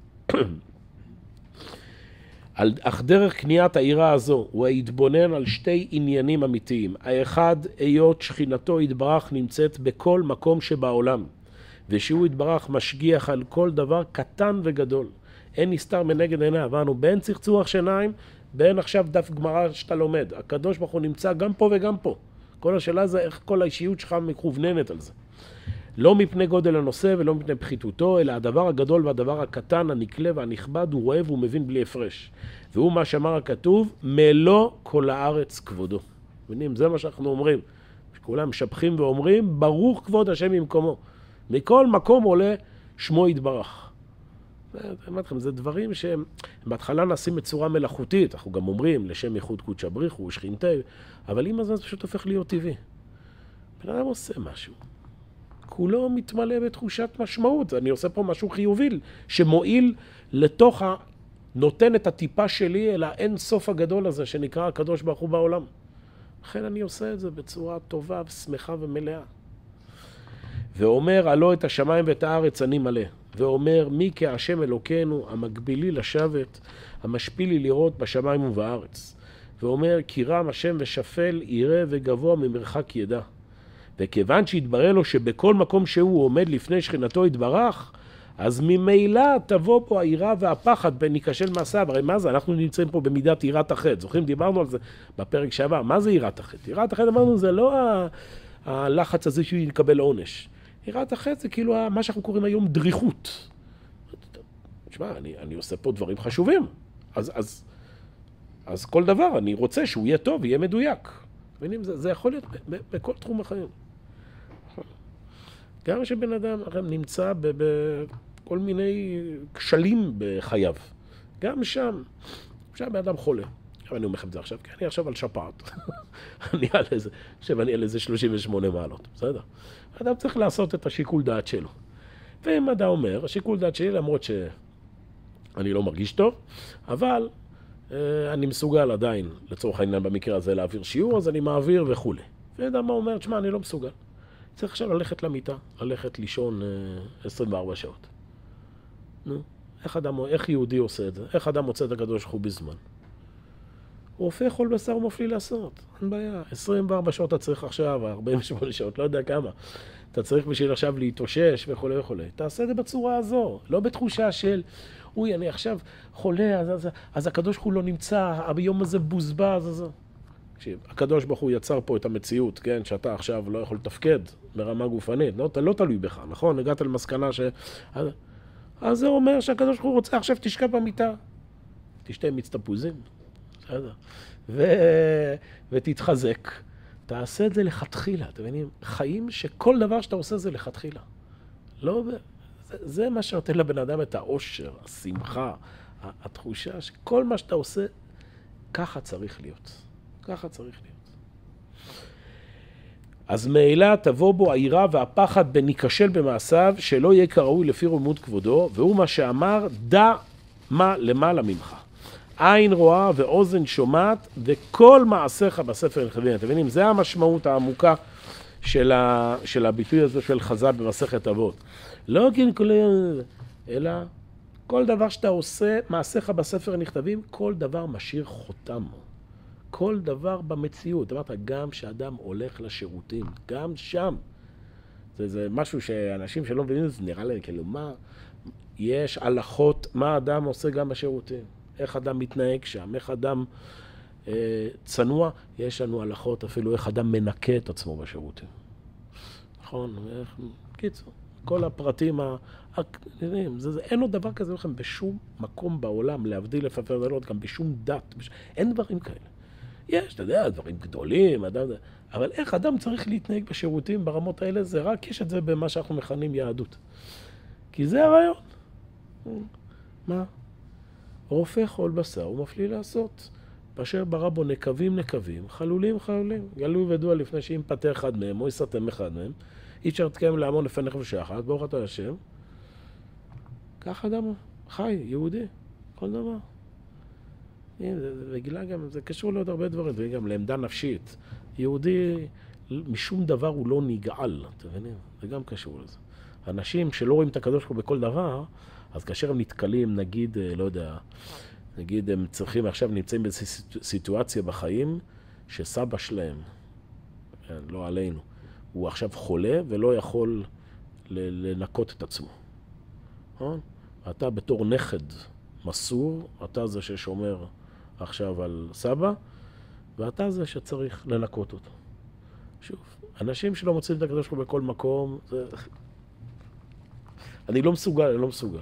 אך דרך קניית העירה הזו הוא ההתבונן על 2 עניינים אמיתיים. האחד, היות שכינתו יתברך נמצאת בכל מקום שבעולם, ושהוא יתברך משגיח על כל דבר קטן וגדול. אין נסתר מנגד עיניו. אמרנו, בין צחצוח שיניים, בין עכשיו דף גמרא שאתה לומד. הקדוש ברוך הוא נמצא גם פה וגם פה. כל השאלה זה איך כל האישיות שלך מכווננת על זה. לא מפני גודל הנושא ולא מפני פחיתותו, אלא הדבר הגדול והדבר הקטן, הנקלה והנכבד, הוא רואה והוא מבין בלי הפרש. והוא מה שאמר הכתוב, מלוא כל הארץ כבודו. מבינים? זה מה שאנחנו אומרים. כולם משבחים ואומרים, ברוך כבוד השם ממקומו. מכל מקום עולה שמו יתברך. זה דברים שהם בהתחלה נעשים בצורה מלאכותית. אנחנו גם אומרים, לשם ייחוד קודשא בריחו ושכינתה, אבל עם הזמן זה פשוט הופך להיות טבעי. בן אדם עושה משהו. כולו מתמלא בתחושת משמעות. אני עושה פה משהו חיובי, שמועיל לתוך נותן את הטיפה שלי אל האין סוף הגדול הזה, שנקרא הקדוש ברוך הוא בעולם. לכן אני עושה את זה בצורה טובה ושמחה ומלאה. ואומר, עלו את השמיים ואת הארץ אני מלא. ואומר, מי כהשם אלוקינו, המקבילי לשבת, המשפיל לי לראות בשמיים ובארץ. ואומר, כי רם השם ושפל, ירא וגבוה ממרחק ידע. וכיוון שהתברר לו שבכל מקום שהוא עומד לפני שכינתו יתברך, אז ממילא תבוא פה היראה והפחד בין ייכשל מעשיו. הרי מה זה? אנחנו נמצאים פה במידת יראת החטא. זוכרים? דיברנו על זה בפרק שעבר. מה זה יראת החטא? יראת החטא אמרנו זה לא הלחץ הזה שהוא יקבל עונש. יראת החטא זה כאילו מה שאנחנו קוראים היום דריכות. תשמע, אני עושה פה דברים חשובים. אז כל דבר אני רוצה שהוא יהיה טוב, יהיה מדויק. מבינים? זה יכול להיות בכל תחום החיים. גם שבן אדם נמצא בכל מיני כשלים בחייו. גם שם, בן אדם חולה. אני אומר לכם את זה עכשיו, כי אני עכשיו על שפעת. אני על איזה 38 מעלות, בסדר? אדם צריך לעשות את השיקול דעת שלו. ואם אדם אומר, השיקול דעת שלי, למרות שאני לא מרגיש טוב, אבל אני מסוגל עדיין, לצורך העניין במקרה הזה, להעביר שיעור, אז אני מעביר וכו'. ואדם מה אומר, תשמע, אני לא מסוגל. צריך עכשיו ללכת למיטה, ללכת לישון 24 שעות. נו, איך יהודי עושה את זה? איך אדם מוצא את הקדוש ברוך הוא בזמן? הוא הופך כל בשר ומפליא לעשות. אין בעיה. 24 שעות אתה צריך עכשיו, 48 שעות, לא יודע כמה. אתה צריך בשביל עכשיו להתאושש וכו' וכו'. תעשה את זה בצורה הזו, לא בתחושה של, אוי, אני עכשיו חולה, אז הקדוש ברוך הוא לא נמצא, ביום הזה בוזבז, תקשיב, הקדוש ברוך הוא יצר פה את המציאות, כן, שאתה עכשיו לא יכול לתפקד ברמה גופנית, לא תלוי בך, נכון? הגעת למסקנה אז זה אומר שהקדוש ברוך הוא רוצה עכשיו תשכב במיטה, תשתה מיץ תפוזים, בסדר, ותתחזק, תעשה את זה לכתחילה, אתם מבינים? חיים שכל דבר שאתה עושה זה לכתחילה. לא, זה מה שנותן לבן אדם את האושר, השמחה, התחושה שכל מה שאתה עושה, ככה צריך להיות. ככה צריך להיות. אז מעילה תבוא בו היראה והפחד בן ייכשל במעשיו, שלא יהיה כראוי לפי רוממות כבודו, והוא מה שאמר, דע מה למעלה ממך. עין רואה ואוזן שומעת, וכל מעשיך בספר נכתבים. אתם מבינים? זה המשמעות העמוקה של הביטוי הזה של חז"ל במסכת אבות. לא כן כל... אלא כל דבר שאתה עושה, מעשיך בספר נכתבים, כל דבר משאיר חותם. כל דבר במציאות. אמרת, גם שאדם הולך לשירותים, גם שם. זה משהו שאנשים שלא מבינים את זה, נראה להם, כאילו, מה? יש הלכות, מה אדם עושה גם בשירותים. איך אדם מתנהג שם, איך אדם צנוע. יש לנו הלכות אפילו איך אדם מנקה את עצמו בשירותים. נכון? קיצור, כל הפרטים, אין עוד דבר כזה לכם בשום מקום בעולם, להבדיל לפעמים דלות, גם בשום דת. אין דברים כאלה. יש, אתה יודע, דברים גדולים, אבל איך אדם צריך להתנהג בשירותים ברמות האלה, זה רק יש את זה במה שאנחנו מכנים יהדות. כי זה הרעיון. מה? רופא חול בשר, הוא מפליא לעשות. באשר ברא בו נקבים, חלולים, גלוי ודוע לפני שאם פטר אחד מהם, או יסתם אחד מהם, אי אפשר תקיים להמון לפניך ושחת, ברוך אתה השם. כך אדם חי, יהודי, כל דבר. וגילה גם, זה קשור לעוד הרבה דברים, וגם לעמדה נפשית. יהודי, משום דבר הוא לא נגעל, אתם מבינים? זה גם קשור לזה. אנשים שלא רואים את הקדוש ברוך הוא בכל דבר, אז כאשר הם נתקלים, נגיד, לא יודע, נגיד הם צריכים, עכשיו נמצאים באיזו סיטואציה בחיים, שסבא שלהם, לא עלינו, הוא עכשיו חולה ולא יכול לנקות את עצמו. אתה בתור נכד מסור, אתה זה ששומר עכשיו על סבא, ואתה זה שצריך לנקות אותו. שוב, אנשים שלא מוצאים את הקדוש ברוך הוא בכל מקום, זה... אני לא מסוגל.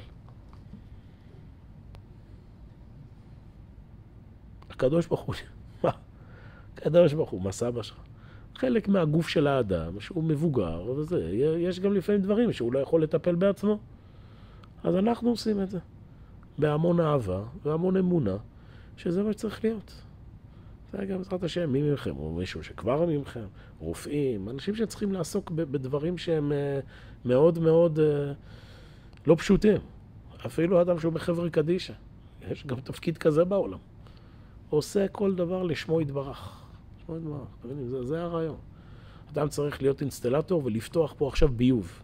הקדוש ברוך הוא, מה? הקדוש ברוך הוא, מה סבא שלך? חלק מהגוף של האדם, שהוא מבוגר, וזה, יש גם לפעמים דברים שהוא לא יכול לטפל בעצמו. אז אנחנו עושים את זה. בהמון אהבה והמון אמונה, שזה מה שצריך להיות. זה גם בעזרת השם, מי ממכם, או מישהו שכבר ממכם, רופאים, אנשים שצריכים לעסוק בדברים שהם מאוד מאוד לא פשוטים. אפילו אדם שהוא בחברי קדישה. יש גם תפקיד כזה בעולם. עושה כל דבר לשמו יתברך. שמו יתברך. זה הרעיון. אדם צריך להיות אינסטלטור ולפתוח פה עכשיו ביוב.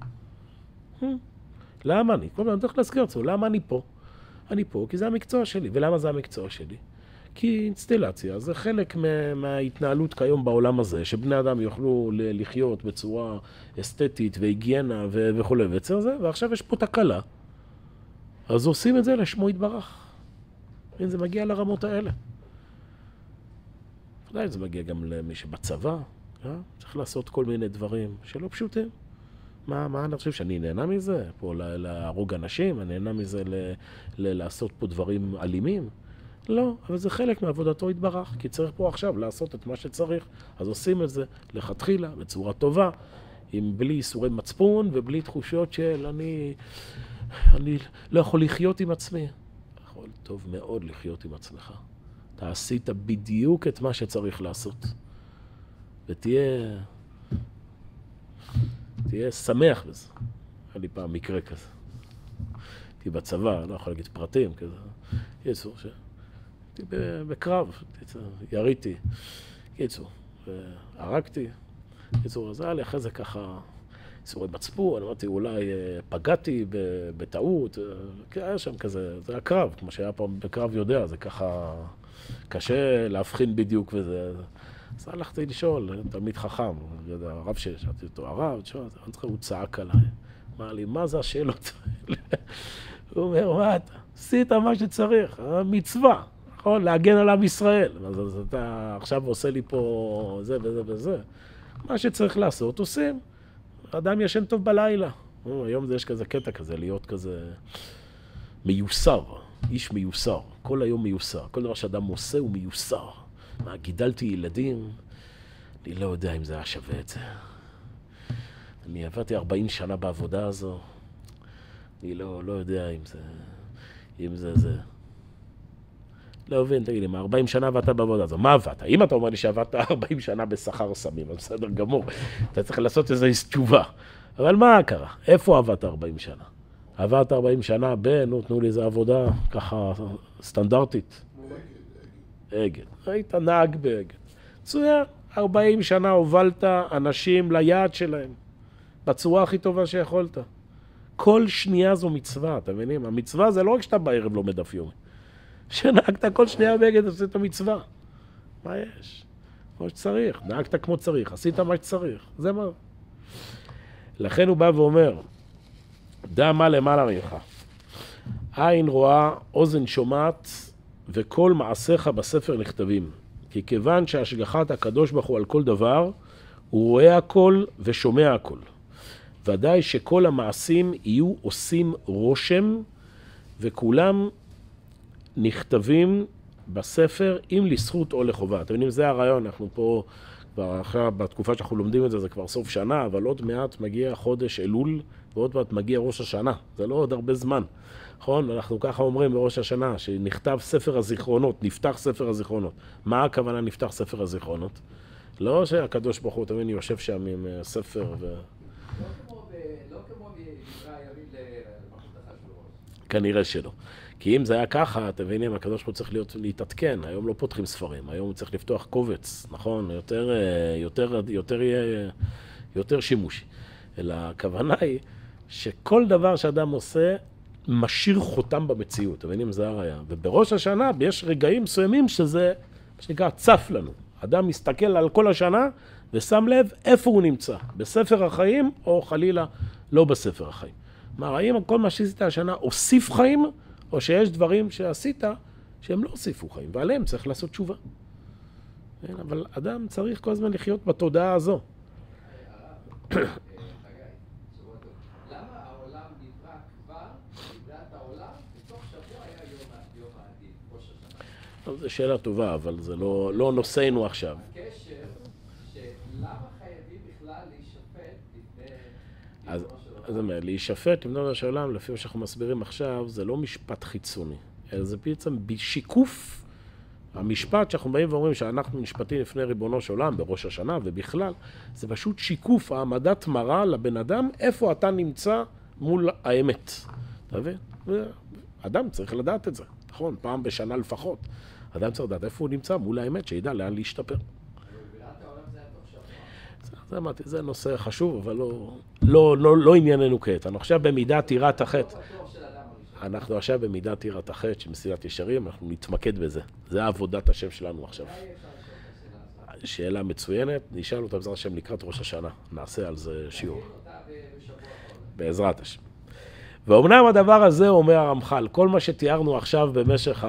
למה אני? כל פעם אני צריך להזכיר את זה. למה אני פה? אני פה כי זה המקצוע שלי. ולמה זה המקצוע שלי? כי אינסטלציה זה חלק מההתנהלות כיום בעולם הזה, שבני אדם יוכלו לחיות בצורה אסתטית והיגיינה וכו' ויצר זה, ועכשיו יש פה תקלה. אז עושים את זה לשמו יתברך. זה מגיע לרמות האלה. אולי זה מגיע גם למי שבצבא, צריך לעשות כל מיני דברים שלא פשוטים. מה אני חושב שאני נהנה מזה? פה להרוג אנשים, אני נהנה מזה לעשות פה דברים אלימים? לא, אבל זה חלק מעבודתו יתברך, כי צריך פה עכשיו לעשות את מה שצריך. אז עושים את זה לכתחילה, בצורה טובה, בלי איסורי מצפון ובלי תחושות של אני לא יכול לחיות עם עצמי. יכול טוב מאוד לחיות עם עצמך. אתה עשית בדיוק את מה שצריך לעשות. ותהיה שמח בזה. היה לי פעם מקרה כזה. הייתי בצבא, לא יכול להגיד פרטים כזה. יצור הייתי בקרב, יריתי, קיצור, הרגתי, קיצור, אז היה לי אחרי זה ככה, איסורי מצפון, אמרתי, אולי פגעתי בטעות, היה שם כזה, זה היה קרב, כמו שהיה פעם בקרב יודע, זה ככה קשה להבחין בדיוק וזה. אז הלכתי לשאול, תלמיד חכם, הרב ששאלתי אותו, הרב, הוא צעק עליי, אמר לי, מה זה השאלות האלה? הוא אומר, מה אתה? עשית מה שצריך, המצווה. נכון, להגן על עם ישראל. אז אתה עכשיו עושה לי פה זה וזה וזה. מה שצריך לעשות, עושים. אדם ישן טוב בלילה. היום יש כזה קטע כזה, להיות כזה מיוסר. איש מיוסר. כל היום מיוסר. כל דבר שאדם עושה הוא מיוסר. מה, גידלתי ילדים? אני לא יודע אם זה היה שווה את זה. אני עבדתי 40 שנה בעבודה הזו. אני לא יודע אם זה... לא מבין, תגיד לי, מה 40 שנה עבדת בעבודה הזו? מה עבדת? אם אתה אומר לי שעבדת 40 שנה בשכר סמים, אז בסדר גמור, אתה צריך לעשות איזו תשובה. אבל מה קרה? איפה עבדת 40 שנה? עבדת 40 שנה תנו לי איזו עבודה ככה סטנדרטית. אגד. היית נהג באגד. מצוין, 40 שנה הובלת אנשים ליעד שלהם, בצורה הכי טובה שיכולת. כל שנייה זו מצווה, אתם מבינים? המצווה זה לא רק שאתה בערב לומד דף יומי. שנהגת כל שנייה באגד, עשית מצווה. מה יש? כמו שצריך, נהגת כמו צריך, עשית מה שצריך. זה מה. לכן הוא בא ואומר, דע מה למעלה ממך. עין רואה, אוזן שומעת, וכל מעשיך בספר נכתבים. כי כיוון שהשגחת הקדוש ברוך הוא על כל דבר, הוא רואה הכל ושומע הכל. ודאי שכל המעשים יהיו עושים רושם, וכולם נכתבים בספר, אם לזכות או לחובה. אתם יודעים, זה הרעיון, אנחנו פה, בתקופה שאנחנו לומדים את זה, זה כבר סוף שנה, אבל עוד מעט מגיע חודש אלול, ועוד מעט מגיע ראש השנה. זה לא עוד הרבה זמן. נכון? אנחנו ככה אומרים בראש השנה, שנכתב ספר הזיכרונות, נפתח ספר הזיכרונות. מה הכוונה נפתח ספר הזיכרונות? לא שהקדוש ברוך הוא תמיד יושב שם עם ספר ו... לא כמו נקרא יריד למחוז החשבורות. כנראה שלא. כי אם זה היה ככה, אתם מבינים, הקדוש ברוך הוא צריך להתעדכן. היום לא פותחים ספרים, היום הוא צריך לפתוח קובץ, נכון? יותר שימושי. אלא הכוונה היא שכל דבר שאדם עושה, משאיר חותם במציאות, אתם מבינים, זה הרעיה. ובראש השנה יש רגעים מסוימים שזה, מה שנקרא, צף לנו. אדם מסתכל על כל השנה ושם לב איפה הוא נמצא, בספר החיים או חלילה לא בספר החיים. מה, האם כל מה שעשית השנה הוסיף חיים, או שיש דברים שעשית שהם לא הוסיפו חיים, ועליהם צריך לעשות תשובה. אבל אדם צריך כל הזמן לחיות בתודעה הזו. זו שאלה טובה, אבל זה לא נושאנו עכשיו. הקשר, שלמה חייבים בכלל להישפט לפני... אז אומר, להישפט לפני ריבונו של עולם, לפי מה שאנחנו מסבירים עכשיו, זה לא משפט חיצוני, אלא זה בעצם בשיקוף המשפט שאנחנו באים ואומרים שאנחנו נשפטים לפני ריבונו של עולם, בראש השנה ובכלל, זה פשוט שיקוף העמדת מראה לבן אדם, איפה אתה נמצא מול האמת. אתה מבין? אדם צריך לדעת את זה, נכון? פעם בשנה לפחות. אדם צריך לדעת איפה הוא נמצא מול האמת, שידע לאן להשתפר. זה נושא חשוב, אבל לא ענייננו כעת. אנחנו עכשיו במידת יראת החטא. אנחנו עכשיו במידת יראת החטא של מסילת ישרים, אנחנו נתמקד בזה. זה עבודת השם שלנו עכשיו. שאלה מצוינת, נשאל אותה בעזרת השם לקראת ראש השנה. נעשה על זה שיעור. בעזרת השם. ואומנם הדבר הזה אומר הרמח"ל, כל מה שתיארנו עכשיו במשך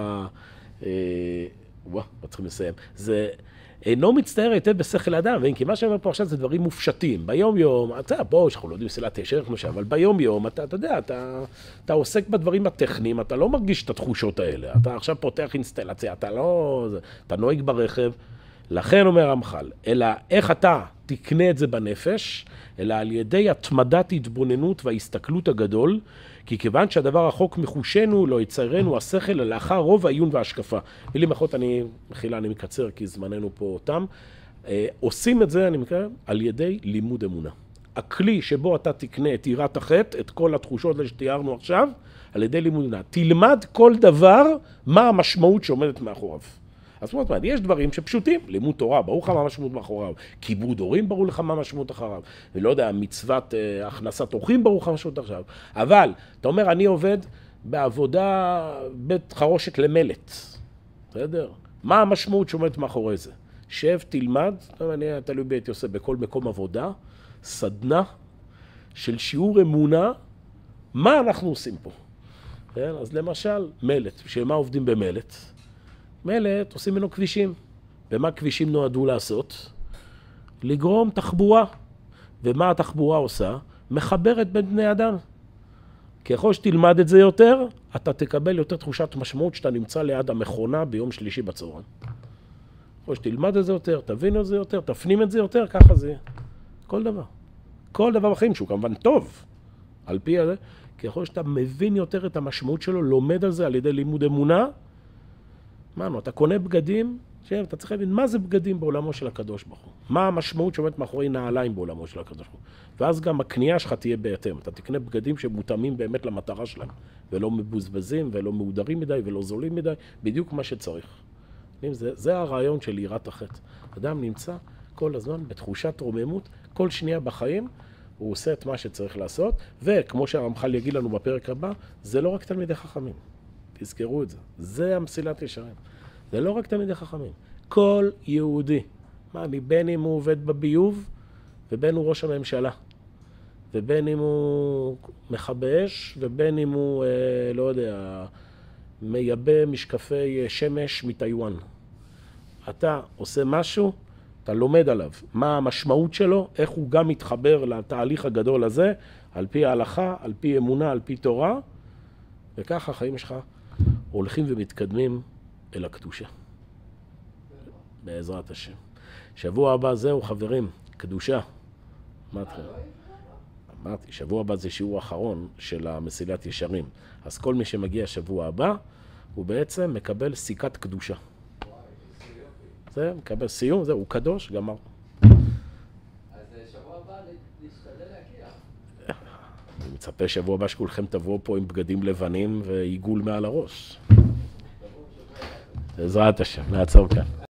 צריכים לסיים. זה אינו מצטער היטב בשכל האדם, כי מה שאומר פה עכשיו זה דברים מופשטים. ביום יום, בואו, שאנחנו לא יודעים מסילת ישר כמו אבל ביום יום, אתה יודע, אתה עוסק בדברים הטכניים, אתה לא מרגיש את התחושות האלה. אתה עכשיו פותח אינסטלציה, אתה נוהג ברכב. לכן אומר הרמח"ל, אלא איך אתה תקנה את זה בנפש, אלא על ידי התמדת התבוננות וההסתכלות הגדול, כי כיוון שהדבר רחוק מחושנו, לא יצרנו השכל, אלא לאחר רוב העיון וההשקפה. מילים אחרות, אני מקצר כי זמננו פה תם. עושים את זה, אני מקרב, על ידי לימוד אמונה. הכלי שבו אתה תקנה את יראת החטא, את כל התחושות שתיארנו עכשיו, על ידי לימוד אמונה. תלמד כל דבר מה המשמעות שעומדת מאחוריו. אז זאת אומרת, יש דברים שפשוטים, לימוד תורה, ברור לך מה המשמעות מאחוריו, כיבוד הורים ברור לך מה המשמעות אחריו, ולא יודע, מצוות הכנסת אורחים ברור לך מה המשמעות עכשיו, אבל אתה אומר, אני עובד בעבודה בית חרושת למלט, בסדר? מה המשמעות שעומדת מאחורי זה? שב, תלמד, אני תלוי בית יוסף בכל מקום עבודה, סדנה של שיעור אמונה, מה אנחנו עושים פה? אז למשל, מלט, שמה עובדים במלט? מלט עושים ממנו כבישים. ומה כבישים נועדו לעשות? לגרום תחבורה. ומה התחבורה עושה? מחברת בין בני אדם. ככל שתלמד את זה יותר, אתה תקבל יותר תחושת משמעות שאתה נמצא ליד המכונה ביום שלישי בצהריים. ככל שתלמד את זה יותר, תבין את זה יותר, תפנים את זה יותר, ככה זה יהיה. כל דבר. כל דבר בחיים שהוא כמובן טוב. על פי הזה, ככל שאתה מבין יותר את המשמעות שלו, לומד על זה על ידי לימוד אמונה, אמרנו, אתה קונה בגדים, אתה צריך להבין מה זה בגדים בעולמו של הקדוש ברוך הוא. מה המשמעות שעומדת מאחורי נעליים בעולמו של הקדוש ברוך הוא. ואז גם הקנייה שלך תהיה בהתאם. אתה תקנה בגדים שמותאמים באמת למטרה שלהם, ולא מבוזבזים, ולא מהודרים מדי, ולא זולים מדי, בדיוק מה שצריך. זה הרעיון של יראת החטא. אדם נמצא כל הזמן בתחושת רוממות, כל שנייה בחיים, הוא עושה את מה שצריך לעשות, וכמו שהרמח"ל יגיד לנו בפרק הבא, זה לא רק תלמידי חכמים. תזכרו את זה. זה המסילת ישרים. זה לא רק תלמידי חכמים. כל יהודי, בין אם הוא עובד בביוב, ובין הוא ראש הממשלה, ובין אם הוא מכבה אש, ובין אם הוא, לא יודע, מייבא משקפי שמש מטיואן. אתה עושה משהו, אתה לומד עליו. מה המשמעות שלו, איך הוא גם מתחבר לתהליך הגדול הזה, על פי ההלכה, על פי אמונה, על פי תורה, וככה החיים שלך הולכים ומתקדמים אל הקדושה. בעזרת השם. שבוע הבא זהו, חברים, קדושה. אמרתי, שבוע הבא זה שיעור האחרון של המסילת ישרים. אז כל מי שמגיע שבוע הבא, הוא בעצם מקבל סיכת קדושה. זה מקבל סיום, זהו, הוא קדוש, גמר. אז שבוע הבא להשתדל להגיע. אני מצפה שבוע הבא שכולכם תבואו פה עם בגדים לבנים ועיגול מעל הראש. בעזרת השם, נעצור כאן.